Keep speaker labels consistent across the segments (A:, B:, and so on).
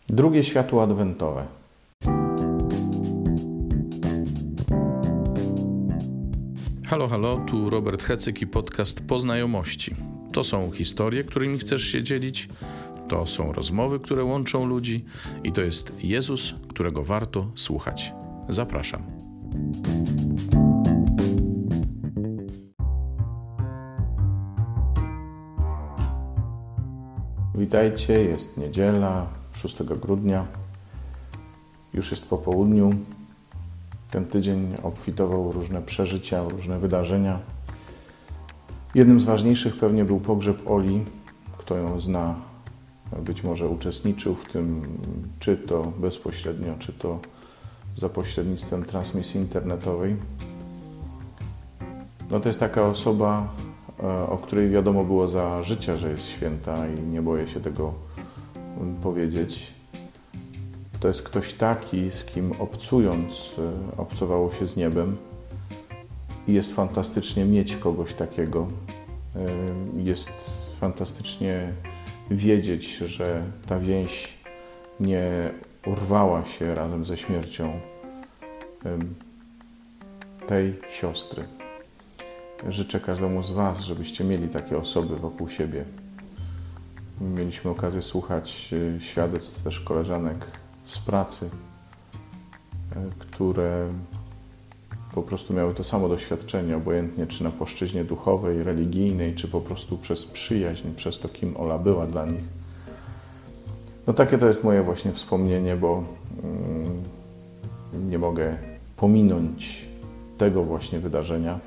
A: Drugie światło adwentowe.
B: Halo, halo, tu Robert Hecyk i podcast Po znajomości. To są historie, którymi chcesz się dzielić, to są rozmowy, które łączą ludzi i to jest Jezus, którego warto słuchać. Zapraszam.
A: Witajcie, jest niedziela, 6 grudnia. Już jest po południu. Ten tydzień obfitował różne przeżycia, różne wydarzenia. Jednym z ważniejszych pewnie był pogrzeb Oli. Kto ją zna, być może uczestniczył w tym, czy to bezpośrednio, czy to za pośrednictwem transmisji internetowej. No to jest taka osoba, o której wiadomo było za życia, że jest święta i nie boję się tego powiedzieć. To jest ktoś taki, z kim obcując, obcowało się z niebem i jest fantastycznie mieć kogoś takiego. Jest fantastycznie wiedzieć, że ta więź nie urwała się razem ze śmiercią tej siostry. Życzę każdemu z Was, żebyście mieli takie osoby wokół siebie. Mieliśmy okazję słuchać świadectw też koleżanek z pracy, które po prostu miały to samo doświadczenie, obojętnie czy na płaszczyźnie duchowej, religijnej, czy po prostu przez przyjaźń, przez to, kim Ola była dla nich. No takie to jest moje właśnie wspomnienie, bo nie mogę pominąć tego właśnie wydarzenia,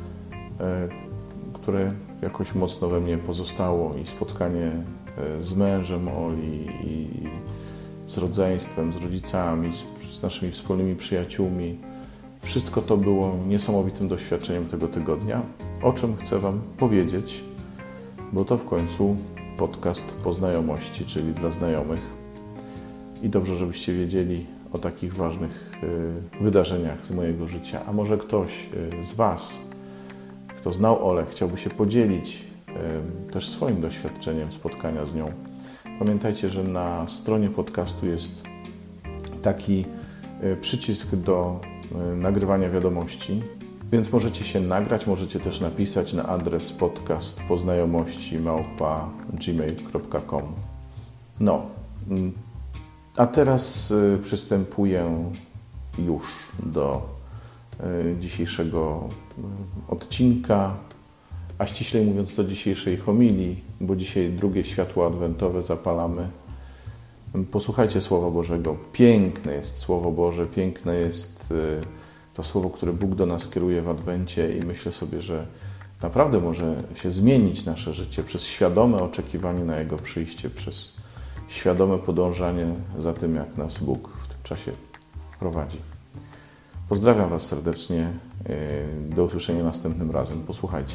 A: które jakoś mocno we mnie pozostało i spotkanie z mężem Oli i z rodzeństwem, z rodzicami, z naszymi wspólnymi przyjaciółmi. Wszystko to było niesamowitym doświadczeniem tego tygodnia, o czym chcę Wam powiedzieć, bo to w końcu podcast Po znajomości, czyli dla znajomych. I dobrze, żebyście wiedzieli o takich ważnych wydarzeniach z mojego życia. A może ktoś z Was, kto znał Olę, chciałby się podzielić też swoim doświadczeniem spotkania z nią. Pamiętajcie, że na stronie podcastu jest taki przycisk do nagrywania wiadomości, więc możecie się nagrać, możecie też napisać na adres podcastpoznajomości@gmail.com. No, a teraz przystępuję już do dzisiejszego odcinka, a ściślej mówiąc do dzisiejszej homilii, bo dzisiaj drugie światło adwentowe zapalamy. Posłuchajcie Słowa Bożego. Piękne jest Słowo Boże, piękne jest to Słowo, które Bóg do nas kieruje w Adwencie i myślę sobie, że naprawdę może się zmienić nasze życie przez świadome oczekiwanie na Jego przyjście, przez świadome podążanie za tym, jak nas Bóg w tym czasie prowadzi. Pozdrawiam Was serdecznie. Do usłyszenia następnym razem. Posłuchajcie.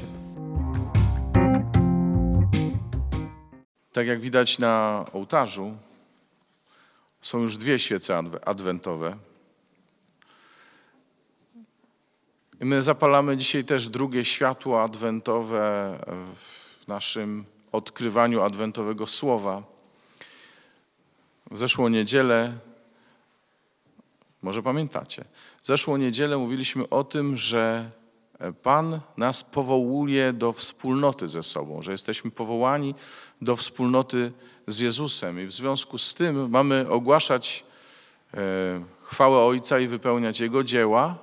B: Tak jak widać na ołtarzu, są już dwie świece adwentowe. I my zapalamy dzisiaj też drugie światło adwentowe w naszym odkrywaniu adwentowego słowa. W zeszłą niedzielę, może pamiętacie, w zeszłą niedzielę mówiliśmy o tym, że Pan nas powołuje do wspólnoty ze sobą, że jesteśmy powołani do wspólnoty z Jezusem i w związku z tym mamy ogłaszać chwałę Ojca i wypełniać Jego dzieła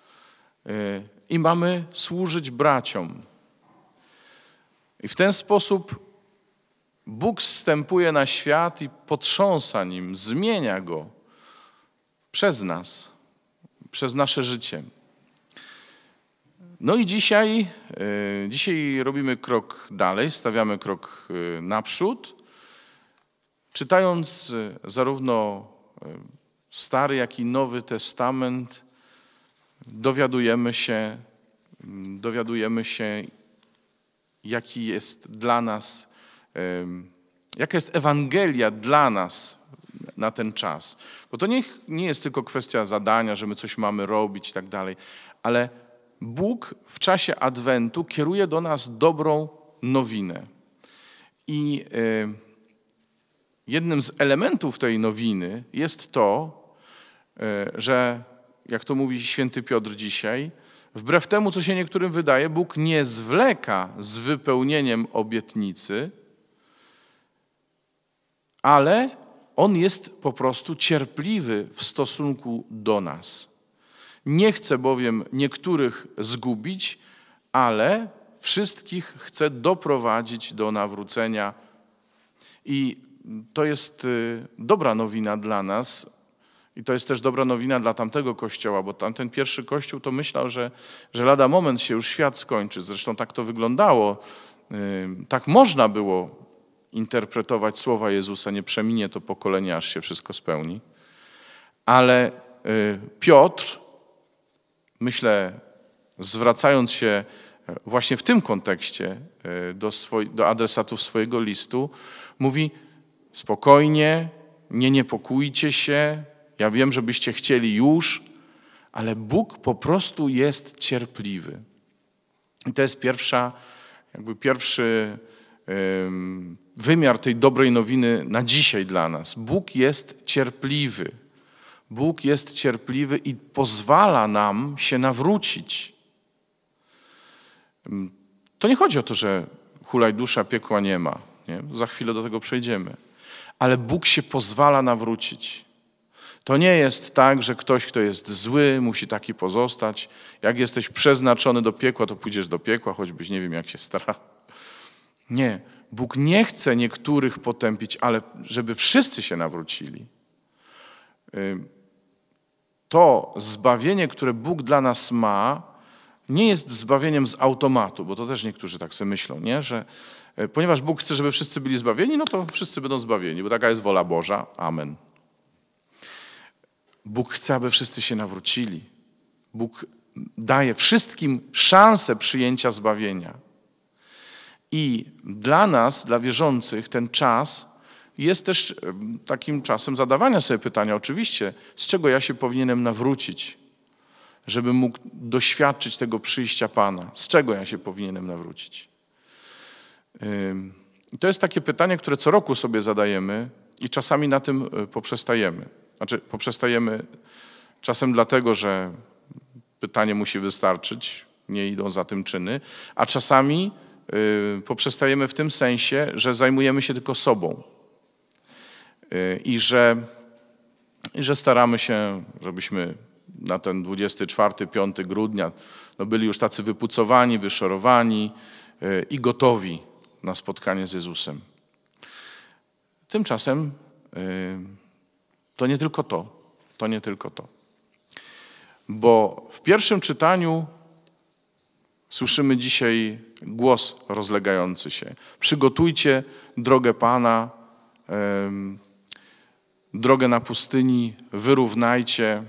B: i mamy służyć braciom. I w ten sposób Bóg zstępuje na świat i potrząsa nim, zmienia go przez nas, przez nasze życie. No i dzisiaj robimy krok dalej, stawiamy krok naprzód, czytając zarówno Stary, jak i Nowy Testament, dowiadujemy się, jaki jest dla nas, jaka jest Ewangelia dla nas na ten czas. Bo to nie jest tylko kwestia zadania, że my coś mamy robić i tak dalej, ale Bóg w czasie Adwentu kieruje do nas dobrą nowinę. I jednym z elementów tej nowiny jest to, że, jak to mówi święty Piotr dzisiaj, wbrew temu, co się niektórym wydaje, Bóg nie zwleka z wypełnieniem obietnicy, ale On jest po prostu cierpliwy w stosunku do nas. Nie chce bowiem niektórych zgubić, ale wszystkich chce doprowadzić do nawrócenia. I to jest dobra nowina dla nas i to jest też dobra nowina dla tamtego kościoła, bo tamten pierwszy kościół to myślał, że lada moment się już świat skończy. Zresztą tak to wyglądało. Tak można było interpretować słowa Jezusa, nie przeminie to pokolenie, aż się wszystko spełni. Ale Piotr, myślę, zwracając się właśnie w tym kontekście do adresatów swojego listu, mówi: spokojnie, nie niepokójcie się, ja wiem, że byście chcieli już, ale Bóg po prostu jest cierpliwy. I to jest pierwszy wymiar tej dobrej nowiny na dzisiaj dla nas. Bóg jest cierpliwy. Bóg jest cierpliwy i pozwala nam się nawrócić. To nie chodzi o to, że hulaj dusza, piekła nie ma. Nie? Za chwilę do tego przejdziemy. Ale Bóg się pozwala nawrócić. To nie jest tak, że ktoś, kto jest zły, musi taki pozostać. Jak jesteś przeznaczony do piekła, to pójdziesz do piekła, choćbyś nie wiem, jak się stara. Nie. Bóg nie chce niektórych potępić, ale żeby wszyscy się nawrócili. To zbawienie, które Bóg dla nas ma, nie jest zbawieniem z automatu, bo to też niektórzy tak sobie myślą, nie? Że ponieważ Bóg chce, żeby wszyscy byli zbawieni, no to wszyscy będą zbawieni, bo taka jest wola Boża. Amen. Bóg chce, aby wszyscy się nawrócili. Bóg daje wszystkim szansę przyjęcia zbawienia. I dla nas, dla wierzących, ten czas jest też takim czasem zadawania sobie pytania, oczywiście, z czego ja się powinienem nawrócić, żeby mógł doświadczyć tego przyjścia Pana. Z czego ja się powinienem nawrócić? I to jest takie pytanie, które co roku sobie zadajemy i czasami na tym poprzestajemy. Znaczy poprzestajemy czasem dlatego, że pytanie musi wystarczyć, nie idą za tym czyny, a czasami poprzestajemy w tym sensie, że zajmujemy się tylko sobą i że staramy się, żebyśmy na ten 24-5 grudnia byli już tacy wypucowani, wyszorowani i gotowi na spotkanie z Jezusem. Tymczasem to nie tylko to. Bo w pierwszym czytaniu słyszymy dzisiaj głos rozlegający się. Przygotujcie drogę Pana, drogę na pustyni wyrównajcie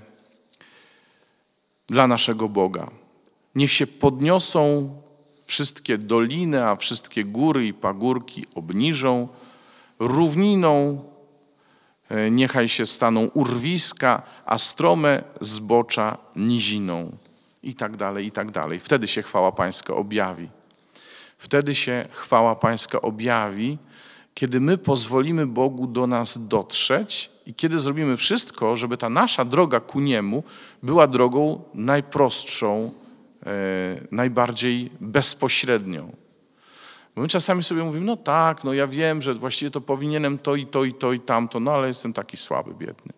B: dla naszego Boga. Niech się podniosą wszystkie doliny, a wszystkie góry i pagórki obniżą. Równiną niechaj się staną urwiska, a strome zbocza niziną. I tak dalej, i tak dalej. Wtedy się chwała Pańska objawi. Wtedy się chwała Pańska objawi, kiedy my pozwolimy Bogu do nas dotrzeć i kiedy zrobimy wszystko, żeby ta nasza droga ku Niemu była drogą najprostszą, najbardziej bezpośrednią. Bo my czasami sobie mówimy, no tak, no ja wiem, że właściwie to powinienem to i to i to i tamto, no ale jestem taki słaby, biedny.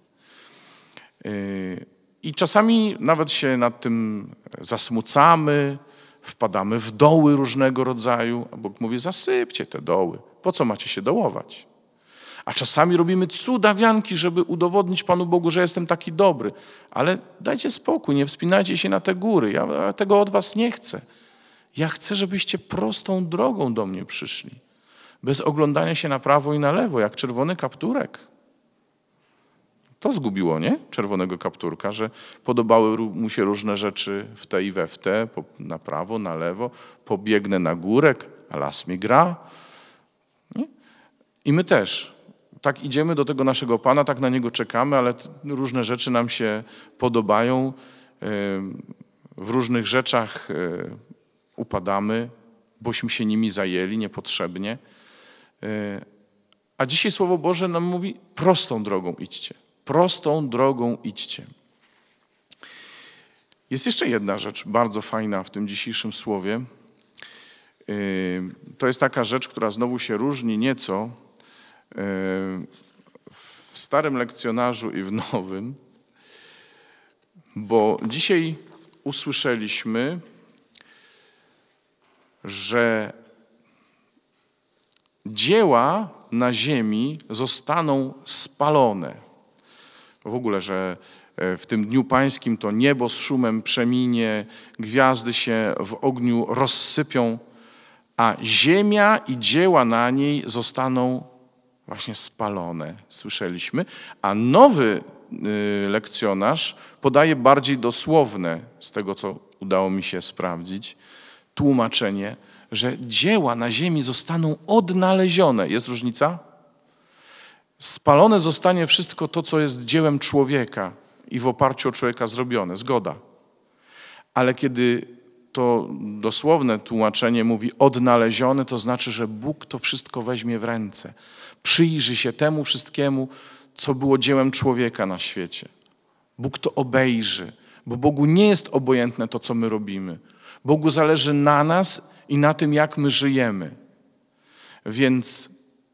B: I czasami nawet się nad tym zasmucamy, wpadamy w doły różnego rodzaju, a Bóg mówi, zasypcie te doły, po co macie się dołować? A czasami robimy cudawianki, żeby udowodnić Panu Bogu, że jestem taki dobry. Ale dajcie spokój, nie wspinajcie się na te góry, ja tego od was nie chcę. Ja chcę, żebyście prostą drogą do mnie przyszli, bez oglądania się na prawo i na lewo, jak czerwony kapturek. To zgubiło, nie? Czerwonego kapturka, że podobały mu się różne rzeczy w te i we w te, na prawo, na lewo, pobiegnę na górek, a las mi gra. Nie? I my też. Tak idziemy do tego naszego Pana, tak na Niego czekamy, ale różne rzeczy nam się podobają. W różnych rzeczach upadamy, bośmy się nimi zajęli niepotrzebnie. A dzisiaj Słowo Boże nam mówi, prostą drogą idźcie. Prostą drogą idźcie. Jest jeszcze jedna rzecz bardzo fajna w tym dzisiejszym słowie. To jest taka rzecz, która znowu się różni nieco w starym lekcjonarzu i w nowym, bo dzisiaj usłyszeliśmy, że dzieła na ziemi zostaną spalone. W ogóle, że w tym dniu pańskim to niebo z szumem przeminie, gwiazdy się w ogniu rozsypią, a ziemia i dzieła na niej zostaną właśnie spalone, słyszeliśmy. A nowy lekcjonarz podaje bardziej dosłowne, z tego co udało mi się sprawdzić, tłumaczenie, że dzieła na ziemi zostaną odnalezione. Jest różnica? Spalone zostanie wszystko to, co jest dziełem człowieka i w oparciu o człowieka zrobione. Zgoda. Ale kiedy to dosłowne tłumaczenie mówi odnalezione, to znaczy, że Bóg to wszystko weźmie w ręce. Przyjrzy się temu wszystkiemu, co było dziełem człowieka na świecie. Bóg to obejrzy, bo Bogu nie jest obojętne to, co my robimy. Bogu zależy na nas i na tym, jak my żyjemy. Więc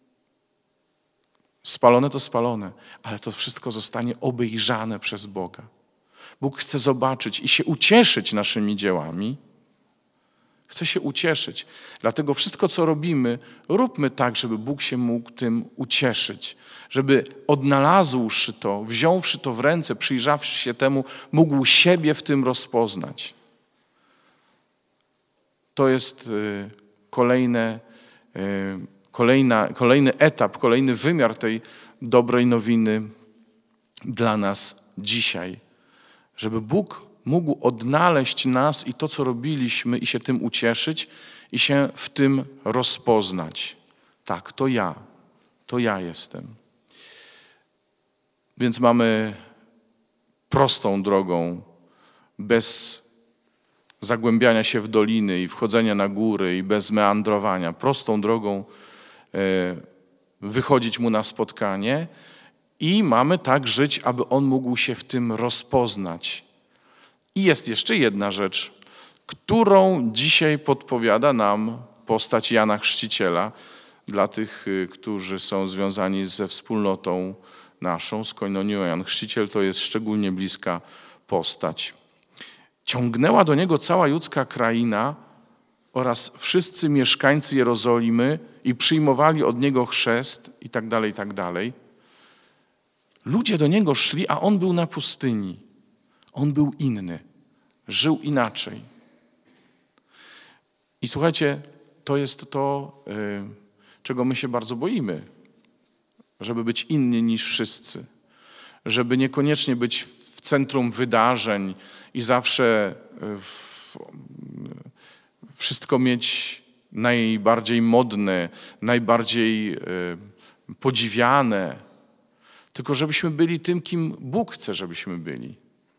B: spalone to spalone, ale to wszystko zostanie obejrzane przez Boga. Bóg chce zobaczyć i się ucieszyć naszymi dziełami. Chce się ucieszyć. Dlatego wszystko, co robimy, róbmy tak, żeby Bóg się mógł tym ucieszyć. Żeby odnalazłszy to, wziąwszy to w ręce, przyjrzawszy się temu, mógł siebie w tym rozpoznać. To jest kolejny etap, kolejny wymiar tej dobrej nowiny dla nas dzisiaj. Żeby Bóg mógł odnaleźć nas i to, co robiliśmy, i się tym ucieszyć, i się w tym rozpoznać. Tak, to ja jestem. Więc mamy prostą drogą, bez zagłębiania się w doliny i wchodzenia na góry i bez meandrowania. Prostą drogą wychodzić Mu na spotkanie i mamy tak żyć, aby On mógł się w tym rozpoznać. I jest jeszcze jedna rzecz, którą dzisiaj podpowiada nam postać Jana Chrzciciela dla tych, którzy są związani ze wspólnotą naszą, z Koinonią. Jan Chrzciciel to jest szczególnie bliska postać. Ciągnęła do niego cała judzka kraina oraz wszyscy mieszkańcy Jerozolimy i przyjmowali od niego chrzest i tak dalej, i tak dalej. Ludzie do niego szli, a on był na pustyni. On był inny, żył inaczej. I słuchajcie, to jest to, czego my się bardzo boimy. Żeby być inni niż wszyscy. Żeby niekoniecznie być w centrum wydarzeń i zawsze wszystko mieć najbardziej modne, najbardziej podziwiane. Tylko żebyśmy byli tym, kim Bóg chce, żebyśmy byli.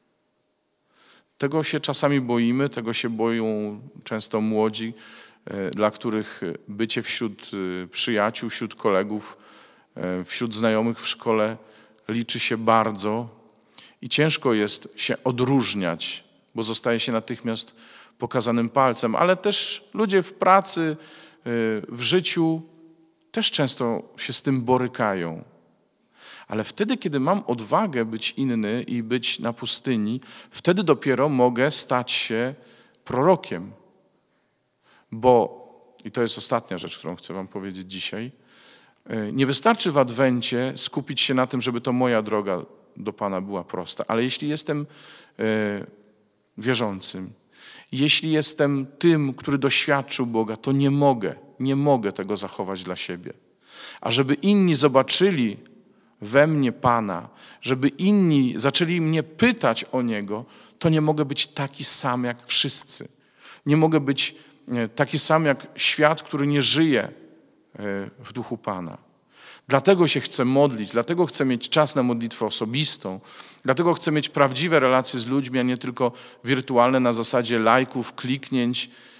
B: Tego się czasami boimy, tego się boją często młodzi, dla których bycie wśród przyjaciół, wśród kolegów, wśród znajomych w szkole liczy się bardzo i ciężko jest się odróżniać, bo zostaje się natychmiast pokazanym palcem, ale też ludzie w pracy, w życiu też często się z tym borykają. Ale wtedy, kiedy mam odwagę być inny i być na pustyni, wtedy dopiero mogę stać się prorokiem. Bo, i to jest ostatnia rzecz, którą chcę wam powiedzieć dzisiaj, nie wystarczy w Adwencie skupić się na tym, żeby to moja droga do Pana była prosta. Ale jeśli jestem wierzącym, jeśli jestem tym, który doświadczył Boga, to nie mogę tego zachować dla siebie. A żeby inni zobaczyli we mnie Pana, żeby inni zaczęli mnie pytać o Niego, to nie mogę być taki sam jak wszyscy. Nie mogę być taki sam jak świat, który nie żyje w duchu Pana. Dlatego się chcę modlić, dlatego chcę mieć czas na modlitwę osobistą, dlatego chcę mieć prawdziwe relacje z ludźmi, a nie tylko wirtualne na zasadzie lajków, kliknięć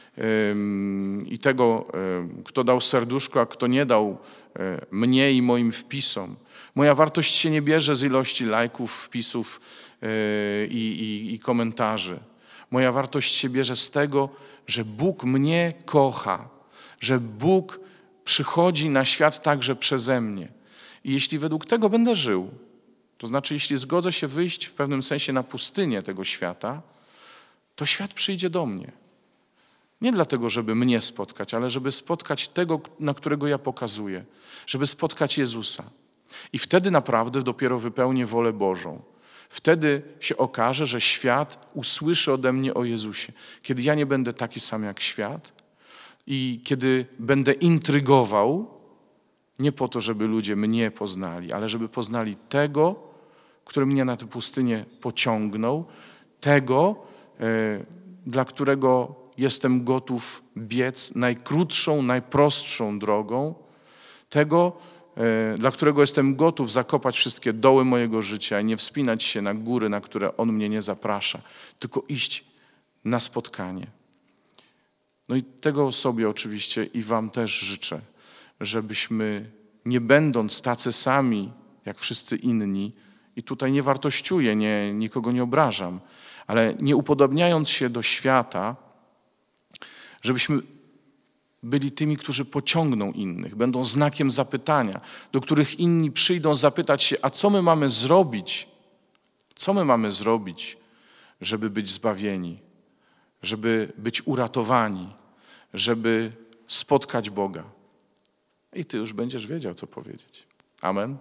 B: i tego, kto dał serduszko, a kto nie dał mnie i moim wpisom. Moja wartość się nie bierze z ilości lajków, wpisów i komentarzy. Moja wartość się bierze z tego, że Bóg mnie kocha, że Bóg przychodzi na świat także przeze mnie. I jeśli według tego będę żył, to znaczy jeśli zgodzę się wyjść w pewnym sensie na pustynię tego świata, to świat przyjdzie do mnie. Nie dlatego, żeby mnie spotkać, ale żeby spotkać tego, na którego ja pokazuję, żeby spotkać Jezusa. I wtedy naprawdę dopiero wypełnię wolę Bożą. Wtedy się okaże, że świat usłyszy ode mnie o Jezusie. Kiedy ja nie będę taki sam jak świat i kiedy będę intrygował, nie po to, żeby ludzie mnie poznali, ale żeby poznali tego, który mnie na tę pustynię pociągnął, tego, dla którego jestem gotów biec najkrótszą, najprostszą drogą, tego, dla którego jestem gotów zakopać wszystkie doły mojego życia i nie wspinać się na góry, na które On mnie nie zaprasza, tylko iść na spotkanie. No i tego sobie oczywiście i wam też życzę, żebyśmy nie będąc tacy sami jak wszyscy inni, i tutaj nie wartościuję, nikogo nie obrażam, ale nie upodobniając się do świata, żebyśmy byli tymi, którzy pociągną innych, będą znakiem zapytania, do których inni przyjdą zapytać się, a co my mamy zrobić? Co my mamy zrobić, żeby być zbawieni, żeby być uratowani, żeby spotkać Boga? I ty już będziesz wiedział, co powiedzieć. Amen.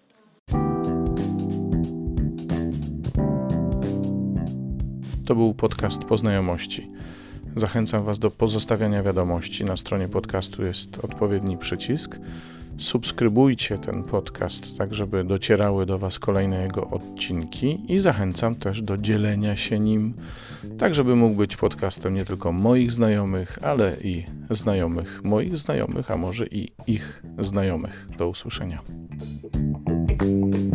B: To był podcast Po Znajomości. Zachęcam was do pozostawiania wiadomości. Na stronie podcastu jest odpowiedni przycisk. Subskrybujcie ten podcast, tak żeby docierały do was kolejne jego odcinki i zachęcam też do dzielenia się nim, tak żeby mógł być podcastem nie tylko moich znajomych, ale i znajomych moich znajomych, a może i ich znajomych. Do usłyszenia.